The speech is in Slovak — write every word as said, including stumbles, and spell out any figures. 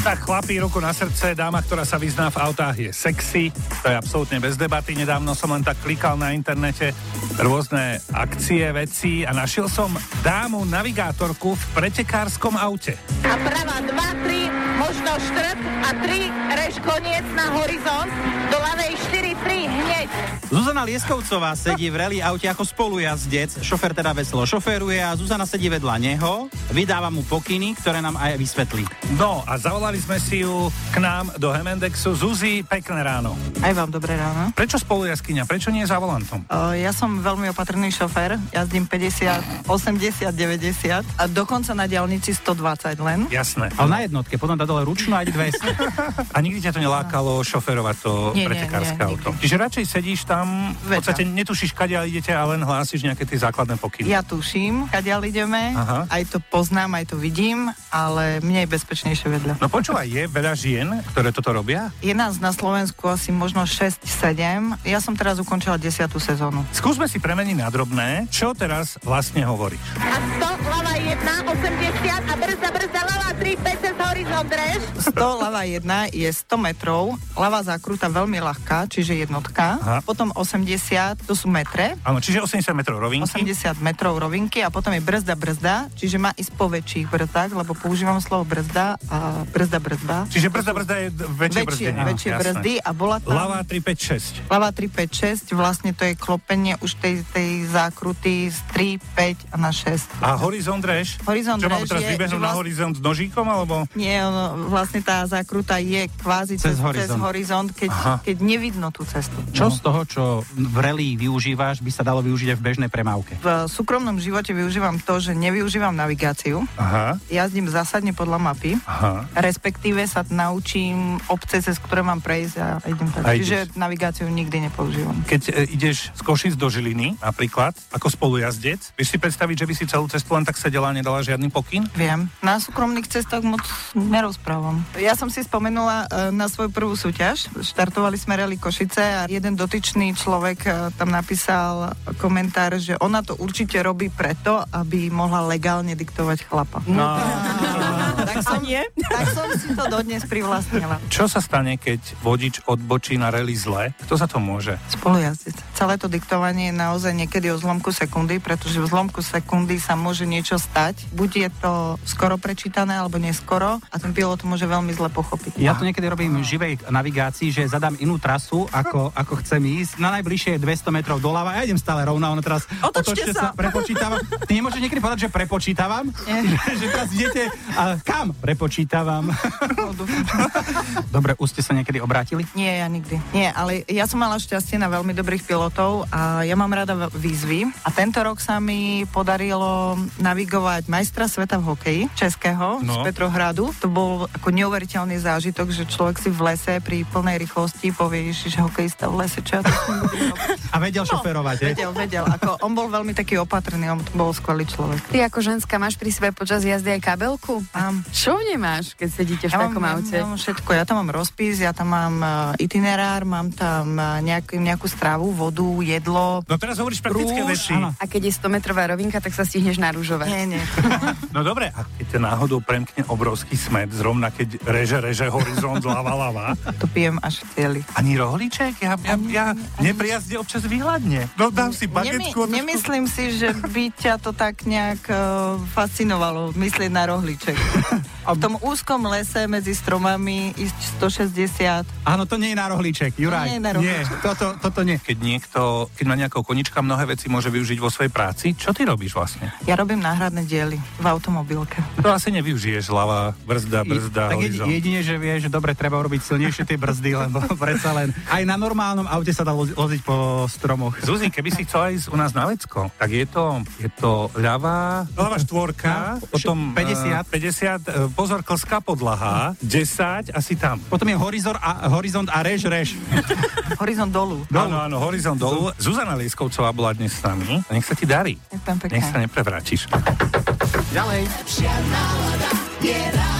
Tak chlapí, ruku na srdce, dáma, ktorá sa vyzná v autách, je sexy. To je absolútne bez debaty. Nedávno som len tak klikal na internete rôzne akcie, veci a našiel som dámu navigátorku v pretekárskom aute. A pravá dva, tri, možno štrt a tri, reš koniec na horizont, do ľavej štyri, tri, hneď. Zuzana Lieskovcová sedí v rally aute ako spolujazdec, šofér teda veselo šoféruje a Zuzana sedí vedľa neho, vydáva mu pokyny, ktoré nám aj vysvetlí. No a zavolali sme si ju k nám do Hemendexu. Zuzi, pekné ráno. Aj vám dobré ráno. Prečo spolujazkyňa? Prečo nie za volantom? Uh, ja som veľmi opatrný šofér, jazdím päťdesiat, osemdesiat, deväťdesiat a dokonca na diaľnici stodvadsať len. Jasné. Ale na jednotke, potom dá dole ručnú a ide dvesto. A nikdy ťa to nelákalo šoférovať to Nie, pretekárske nie, nie, auto? Čiže radšej sedíš tam, v podstate netušíš, kadiaľ idete a len hlásiš nejaké tie základné pokyny. Ja tuším, kadiaľ ideme, Aha. aj to poznám, aj to vidím, ale mne je bezpečnejšie vedľa. No počúvaj, je veľa žien, ktoré toto robia? Je nás na Slovensku asi možno šesť sedem. Ja som teraz ukončila desiatú sezónu. Skúsme si premeniť na drobné. Čo teraz vlastne hovoríš? A sto, ľava jedna, osemdesiat a brzda, brzda, ľava tri, päť cez horizont, reš. sto, ľava jedna je sto metrov, ľava zákruta veľmi ľahká, čiže jednotka. Aha. Potom osemdesiat, to sú metre. Áno, čiže osemdesiat metrov rovinky. osemdesiat metrov rovinky a potom je brzda, brzda, čiže má ísť po väčších brzdách, lebo používam slovo brzda a brzda, brzda. Čiže brzda, brzda je d- väčšie, Väčšie, brzdenie. väčšie Jasné. brzdy a bola tam... Ľava tri, päť, šesť. Ľava tri, päť, šesť, vlastne to je klopenie už tej, tej zákruty z tri, päť a na šesť. A horizont reš? Horizont Čo mám reš teraz je, vybehnúť že na vlast- horizont s nožíkom, alebo? Nie, ono, vlastne tá zákruta je kvázi Cez cez, horizont. cez horizont, keď, keď nevidno tú cestu. Čo z toho, čo v rally využívaš, by sa dalo využiť aj v bežnej premávke? V súkromnom živote využívam to, že nevyužívam navigáciu. Aha, Jazdím zásadne podľa mapy. aha. Respektíve sa naučím obce, cez ktoré mám prejsť a idem tak. A Čiže ideš. navigáciu nikdy nepoužívam. Keď e, ideš z Košic do Žiliny, napríklad, ako spolujazdec, vieš si predstaviť, že by si celú cestu len tak sedela a nedala žiadny pokyn? Viem. Na súkromných cestách moc nerozprávam. Ja som si spomenula e, na svoju prvú súťaž. Štartovali sme rally Košice a jeden dotyčný človek e, tam napísal komentár, že ona to určite robí preto, aby mohla legálne diktovať chlapa. No. tak, som, tak som si to dodnes privlastnila. Čo sa stane, keď vodič odbočí na rally zle? Kto za to môže? Spolujazdec. Celé to diktovanie je naozaj niekedy o zlomku sekundy, pretože v zlomku sekundy sa môže niečo stať. Buď je to skoro prečítané, alebo neskoro a ten pilot to môže veľmi zle pochopiť. Ja to niekedy robím v živej navigácii, že zadám inú trasu, ako, ako chcem ísť. Na najbližšie je dvesto metrov doľava. Ja idem stále rovno, ono teraz Otočte sa. prepočítavam. Ty nemôžeš niekedy povedať, že prepočítavam? že, že teraz idete a kam? Prepočítavam. Dobre, už ste sa niekedy obrátili? Nie, ja nikdy. Nie, ale ja som mala šťastie na veľmi dobrých pilotov a ja mám rada výzvy. A tento rok sa mi podarilo navigovať majstra sveta v hokeji, českého, No. z Petrohradu. To bol ako neuveriteľný zážitok, že človek si v lese pri plnej rýchlosti povie, že hokejista v lese, čo ja to s ním budem robiť. A vedel no, šoferovať, je? Vedel, vedel. Ako, on bol veľmi taký opatrný, on bol skvelý človek. Ty ako ženská máš pri sebe počas jazdy aj kabelku? Mám. Čo v nej máš, keď sedíte v Ja takom mám, aute? ja mám všetko, ja tam mám rozpis, ja tam mám uh, itinerár, mám tam uh, nejaký, nejakú stravu, vodu, jedlo. No teraz hovoríš praktické Rúž, veci. áno. A keď je stometrová rovinka, tak sa stihneš narúžovať. Nie, nie. No dobre, a keď ťa náhodou premkne obrovský smet, zrovna keď reže, reže horizont, ľava, ľava. To pijem až v cieli. Ani rohlíček? Ja, ja, ja neprijazde občas vyhľadne. No dám si bagetku. Nemy, nemyslím si, že by ťa to tak nejak uh, fascinovalo, myslieť na rohlíček. V tom úzkom lese medzi stromami ísť stošesťdesiat. Áno, to nie je na rohlíček, Juraj. To nie je na nie, toto, toto nie. Keď niekto, keď má nejakého konička, mnohé veci môže využiť vo svojej práci. Čo ty robíš vlastne? Ja robím náhradné diely v automobilke. To asi nevyužiješ, ľava, brzda, brzda, Tak jedi- horizont. jedine, že vieš, že dobre, treba urobiť silnejšie tie brzdy, lebo predsa len aj na normálnom aute sa dá lozi- loziť po stromoch. Zuzi, keby si chcela ísť u nás na Vecko, tak je to, je to ľavá, ľavá štvorka, potom päťdesiat. eh, päťdesiat, eh, pozor, klská podlaha, desať, asi tam. Potom je horizont a, horizont a rež, rež. Horizont dolu. Áno, áno, horizont dolu. Zuzana Lieskovcová bola dnes s nami. Nech sa ti darí. Ďakujem pekne. Nech sa neprevrátiš. Ďalej. Lepšia nálada je rádio.